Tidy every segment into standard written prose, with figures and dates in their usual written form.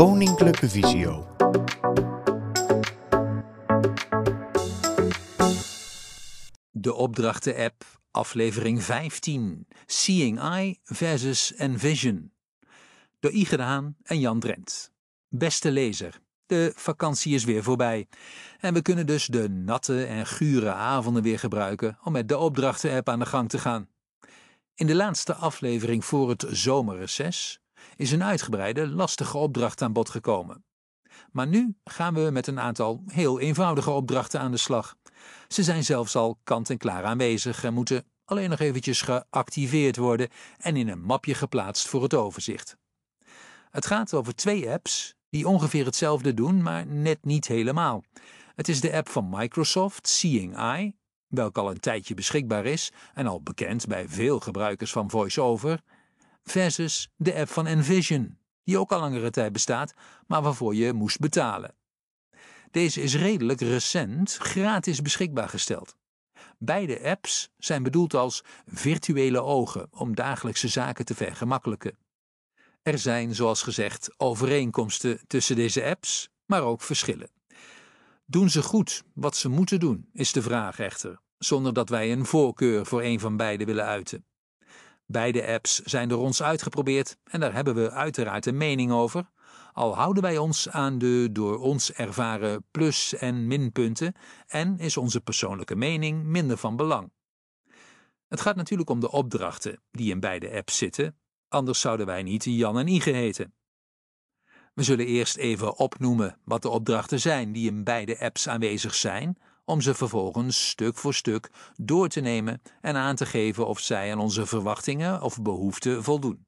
Koninklijke Visio. De opdrachten-app, aflevering 15. Seeing Eye versus Envision. Door I. Gedaan en Jan Drent. Beste lezer, de vakantie is weer voorbij. En we kunnen dus de natte en gure avonden weer gebruiken om met de opdrachten-app aan de gang te gaan. In de laatste aflevering voor het zomerreces is een uitgebreide, lastige opdracht aan bod gekomen. Maar nu gaan we met een aantal heel eenvoudige opdrachten aan de slag. Ze zijn zelfs al kant-en-klaar aanwezig en moeten alleen nog eventjes geactiveerd worden en in een mapje geplaatst voor het overzicht. Het gaat over 2 apps die ongeveer hetzelfde doen, maar net niet helemaal. Het is de app van Microsoft, Seeing Eye, welke al een tijdje beschikbaar is en al bekend bij veel gebruikers van VoiceOver, versus de app van Envision, die ook al langere tijd bestaat, maar waarvoor je moest betalen. Deze is redelijk recent gratis beschikbaar gesteld. Beide apps zijn bedoeld als virtuele ogen om dagelijkse zaken te vergemakkelijken. Er zijn, zoals gezegd, overeenkomsten tussen deze apps, maar ook verschillen. Doen ze goed wat ze moeten doen, is de vraag echter, zonder dat wij een voorkeur voor een van beide willen uiten. Beide apps zijn door ons uitgeprobeerd en daar hebben we uiteraard een mening over, al houden wij ons aan de door ons ervaren plus- en minpunten en is onze persoonlijke mening minder van belang. Het gaat natuurlijk om de opdrachten die in beide apps zitten, anders zouden wij niet Jan en Ige heten. We zullen eerst even opnoemen wat de opdrachten zijn die in beide apps aanwezig zijn, om ze vervolgens stuk voor stuk door te nemen en aan te geven of zij aan onze verwachtingen of behoeften voldoen.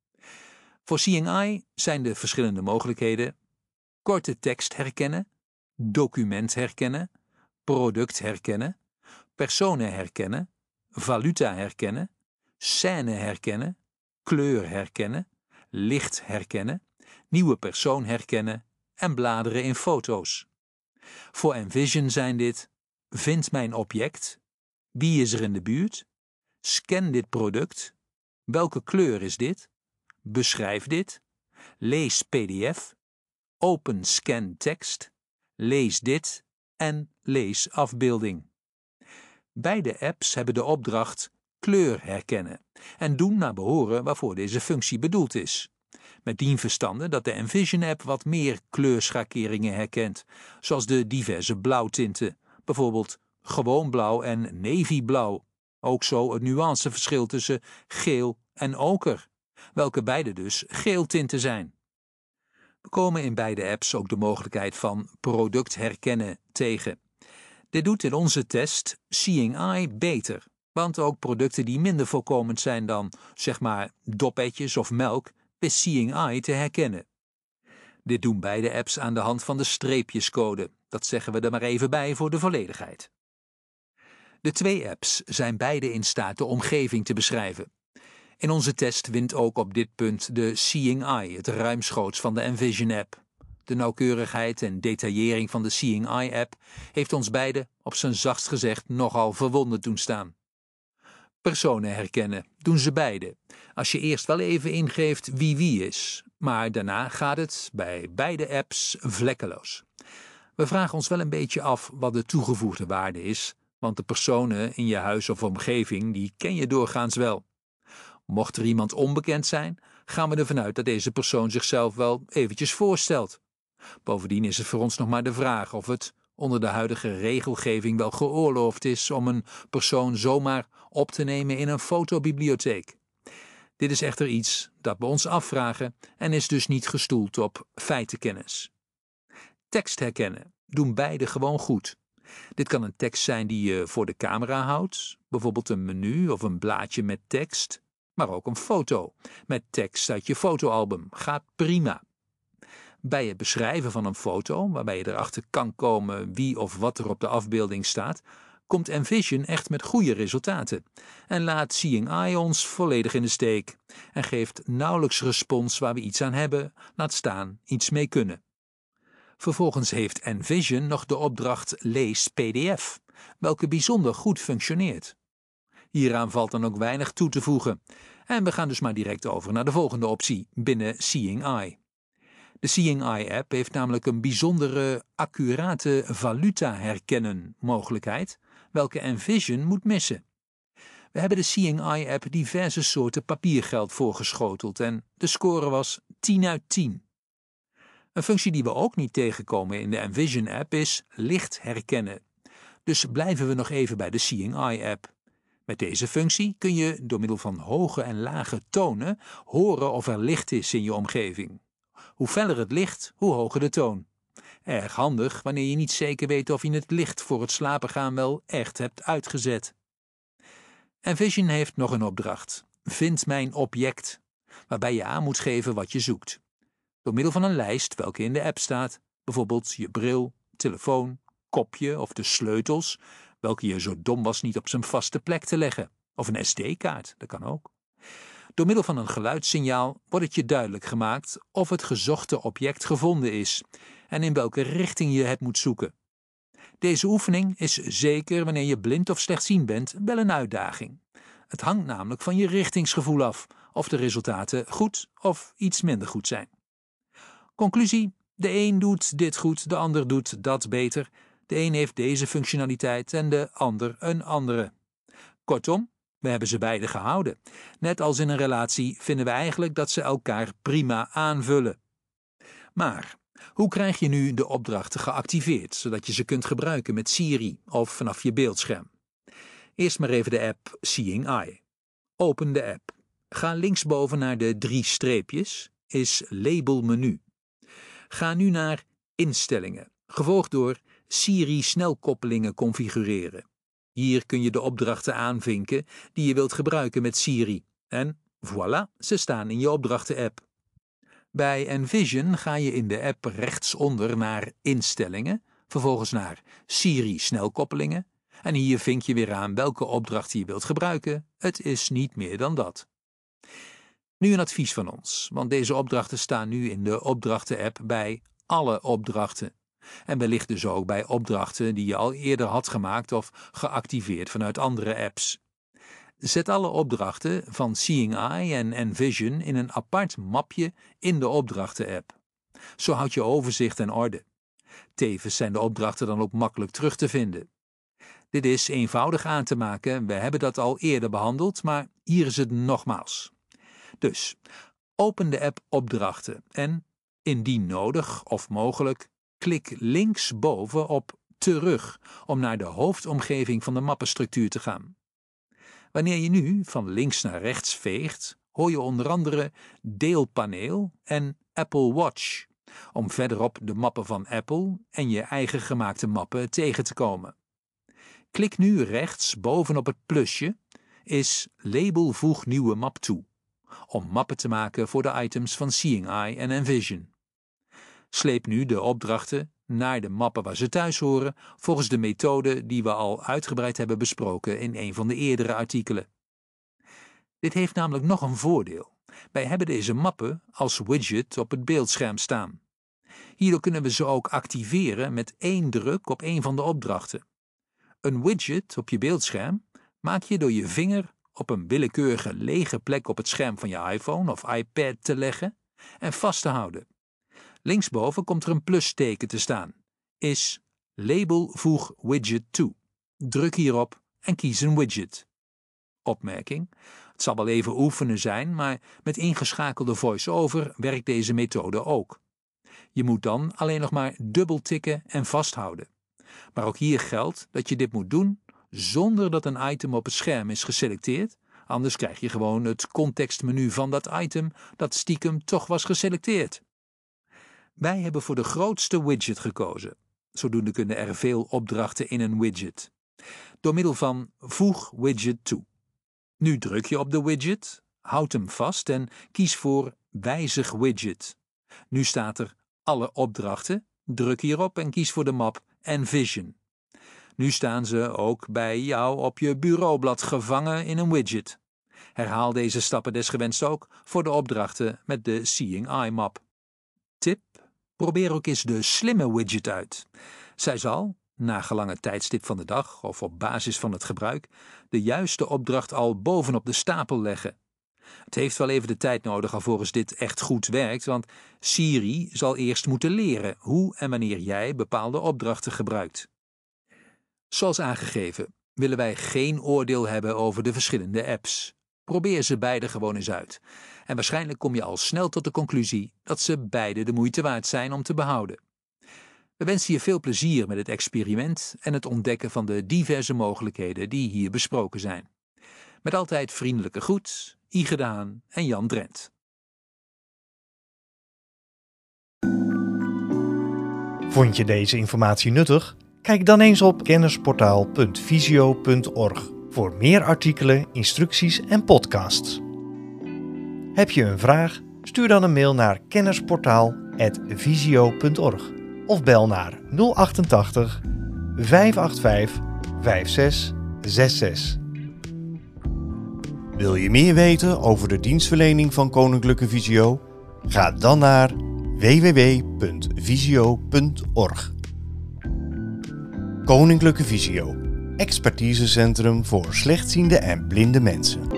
Voor Seeing Eye zijn de verschillende mogelijkheden: korte tekst herkennen, document herkennen, product herkennen, personen herkennen, valuta herkennen, scène herkennen, kleur herkennen, licht herkennen, nieuwe persoon herkennen en bladeren in foto's. Voor Envision zijn dit: vind mijn object, wie is er in de buurt, scan dit product, welke kleur is dit, beschrijf dit, lees PDF, open scan tekst, lees dit en lees afbeelding. Beide apps hebben de opdracht kleur herkennen en doen naar behoren waarvoor deze functie bedoeld is. Met dien verstande dat de Envision-app wat meer kleurschakeringen herkent, zoals de diverse blauwtinten, bijvoorbeeld gewoon blauw en navyblauw. Ook zo het nuanceverschil tussen geel en oker, welke beide dus geeltinten zijn. We komen in beide apps ook de mogelijkheid van product herkennen tegen. Dit doet in onze test Seeing Eye beter, want ook producten die minder voorkomend zijn dan, zeg maar, dopetjes of melk, is Seeing Eye te herkennen. Dit doen beide apps aan de hand van de streepjescode. Dat zeggen we er maar even bij voor de volledigheid. De 2 apps zijn beide in staat de omgeving te beschrijven. In onze test wint ook op dit punt de Seeing Eye het ruimschoots van de Envision-app. De nauwkeurigheid en detaillering van de Seeing Eye-app heeft ons beiden, op zijn zachtst gezegd, nogal verwonderd doen staan. Personen herkennen doen ze beide, als je eerst wel even ingeeft wie is, maar daarna gaat het bij beide apps vlekkeloos. We vragen ons wel een beetje af wat de toegevoegde waarde is, want de personen in je huis of omgeving die ken je doorgaans wel. Mocht er iemand onbekend zijn, gaan we ervan uit dat deze persoon zichzelf wel eventjes voorstelt. Bovendien is het voor ons nog maar de vraag of het onder de huidige regelgeving wel geoorloofd is om een persoon zomaar op te nemen in een fotobibliotheek. Dit is echter iets dat we ons afvragen en is dus niet gestoeld op feitenkennis. Tekst herkennen doen beide gewoon goed. Dit kan een tekst zijn die je voor de camera houdt, bijvoorbeeld een menu of een blaadje met tekst, maar ook een foto met tekst uit je fotoalbum gaat prima. Bij het beschrijven van een foto, waarbij je erachter kan komen wie of wat er op de afbeelding staat, komt Envision echt met goede resultaten en laat Seeing Eye ons volledig in de steek en geeft nauwelijks respons waar we iets aan hebben, laat staan iets mee kunnen. Vervolgens heeft Envision nog de opdracht lees PDF, welke bijzonder goed functioneert. Hieraan valt dan ook weinig toe te voegen en we gaan dus maar direct over naar de volgende optie binnen Seeing Eye. De Seeing Eye-app heeft namelijk een bijzondere accurate valuta-herkennen mogelijkheid, welke Envision moet missen. We hebben de Seeing Eye-app diverse soorten papiergeld voorgeschoteld en de score was 10 uit 10. Een functie die we ook niet tegenkomen in de Envision-app is licht herkennen. Dus blijven we nog even bij de Seeing Eye-app. Met deze functie kun je door middel van hoge en lage tonen horen of er licht is in je omgeving. Hoe feller het licht, hoe hoger de toon. Erg handig wanneer je niet zeker weet of je het licht voor het slapen gaan wel echt hebt uitgezet. Envision heeft nog een opdracht. Vind mijn object, waarbij je aan moet geven wat je zoekt. Door middel van een lijst welke in de app staat, bijvoorbeeld je bril, telefoon, kopje of de sleutels, welke je zo dom was niet op zijn vaste plek te leggen, of een SD-kaart, dat kan ook. Door middel van een geluidssignaal wordt het je duidelijk gemaakt of het gezochte object gevonden is en in welke richting je het moet zoeken. Deze oefening is zeker wanneer je blind of slechtziend bent wel een uitdaging. Het hangt namelijk van je richtingsgevoel af of de resultaten goed of iets minder goed zijn. Conclusie: de een doet dit goed, de ander doet dat beter. De een heeft deze functionaliteit en de ander een andere. Kortom, we hebben ze beide gehouden. Net als in een relatie vinden we eigenlijk dat ze elkaar prima aanvullen. Maar hoe krijg je nu de opdrachten geactiveerd, zodat je ze kunt gebruiken met Siri of vanaf je beeldscherm? Eerst maar even de app Seeing Eye. Open de app. Ga linksboven naar de 3 streepjes, is labelmenu. Ga nu naar Instellingen, gevolgd door Siri snelkoppelingen configureren. Hier kun je de opdrachten aanvinken die je wilt gebruiken met Siri. En voilà, ze staan in je opdrachten-app. Bij Envision ga je in de app rechtsonder naar Instellingen, vervolgens naar Siri snelkoppelingen. En hier vink je weer aan welke opdracht je wilt gebruiken. Het is niet meer dan dat. Nu een advies van ons, want deze opdrachten staan nu in de opdrachten-app bij alle opdrachten. En wellicht dus ook bij opdrachten die je al eerder had gemaakt of geactiveerd vanuit andere apps. Zet alle opdrachten van Seeing Eye en Envision in een apart mapje in de opdrachten-app. Zo houd je overzicht en orde. Tevens zijn de opdrachten dan ook makkelijk terug te vinden. Dit is eenvoudig aan te maken, we hebben dat al eerder behandeld, maar hier is het nogmaals. Dus, open de app Opdrachten en, indien nodig of mogelijk, klik linksboven op Terug om naar de hoofdomgeving van de mappenstructuur te gaan. Wanneer je nu van links naar rechts veegt, hoor je onder andere Deelpaneel en Apple Watch, om verderop de mappen van Apple en je eigen gemaakte mappen tegen te komen. Klik nu rechts bovenop het plusje, is Label Voeg nieuwe map toe, om mappen te maken voor de items van Seeing Eye en Envision. Sleep nu de opdrachten naar de mappen waar ze thuis horen, volgens de methode die we al uitgebreid hebben besproken in een van de eerdere artikelen. Dit heeft namelijk nog een voordeel. Wij hebben deze mappen als widget op het beeldscherm staan. Hierdoor kunnen we ze ook activeren met 1 druk op een van de opdrachten. Een widget op je beeldscherm maak je door je vinger op een willekeurige lege plek op het scherm van je iPhone of iPad te leggen en vast te houden. Linksboven komt er een plusteken te staan. Is Label Voeg Widget toe. Druk hierop en kies een widget. Opmerking: het zal wel even oefenen zijn, maar met ingeschakelde voice-over werkt deze methode ook. Je moet dan alleen nog maar dubbel tikken en vasthouden. Maar ook hier geldt dat je dit moet doen zonder dat een item op het scherm is geselecteerd, anders krijg je gewoon het contextmenu van dat item dat stiekem toch was geselecteerd. Wij hebben voor de grootste widget gekozen. Zodoende kunnen er veel opdrachten in een widget. Door middel van Voeg widget toe. Nu druk je op de widget, houd hem vast en kies voor Wijzig widget. Nu staat er Alle opdrachten, druk hierop en kies voor de map Envision. Nu staan ze ook bij jou op je bureaublad gevangen in een widget. Herhaal deze stappen desgewenst ook voor de opdrachten met de Seeing Eye map. Tip: probeer ook eens de slimme widget uit. Zij zal, nagelang het tijdstip van de dag of op basis van het gebruik, de juiste opdracht al bovenop de stapel leggen. Het heeft wel even de tijd nodig alvorens dit echt goed werkt, want Siri zal eerst moeten leren hoe en wanneer jij bepaalde opdrachten gebruikt. Zoals aangegeven willen wij geen oordeel hebben over de verschillende apps. Probeer ze beide gewoon eens uit. En waarschijnlijk kom je al snel tot de conclusie dat ze beide de moeite waard zijn om te behouden. We wensen je veel plezier met het experiment en het ontdekken van de diverse mogelijkheden die hier besproken zijn. Met altijd vriendelijke groet, Ige de Haan en Jan Drent. Vond je deze informatie nuttig? Kijk dan eens op kennisportaal.visio.org voor meer artikelen, instructies en podcasts. Heb je een vraag? Stuur dan een mail naar kennisportaal@visio.org of bel naar 088 585 5666. Wil je meer weten over de dienstverlening van Koninklijke Visio? Ga dan naar www.visio.org. Koninklijke Visio, expertisecentrum voor slechtziende en blinde mensen.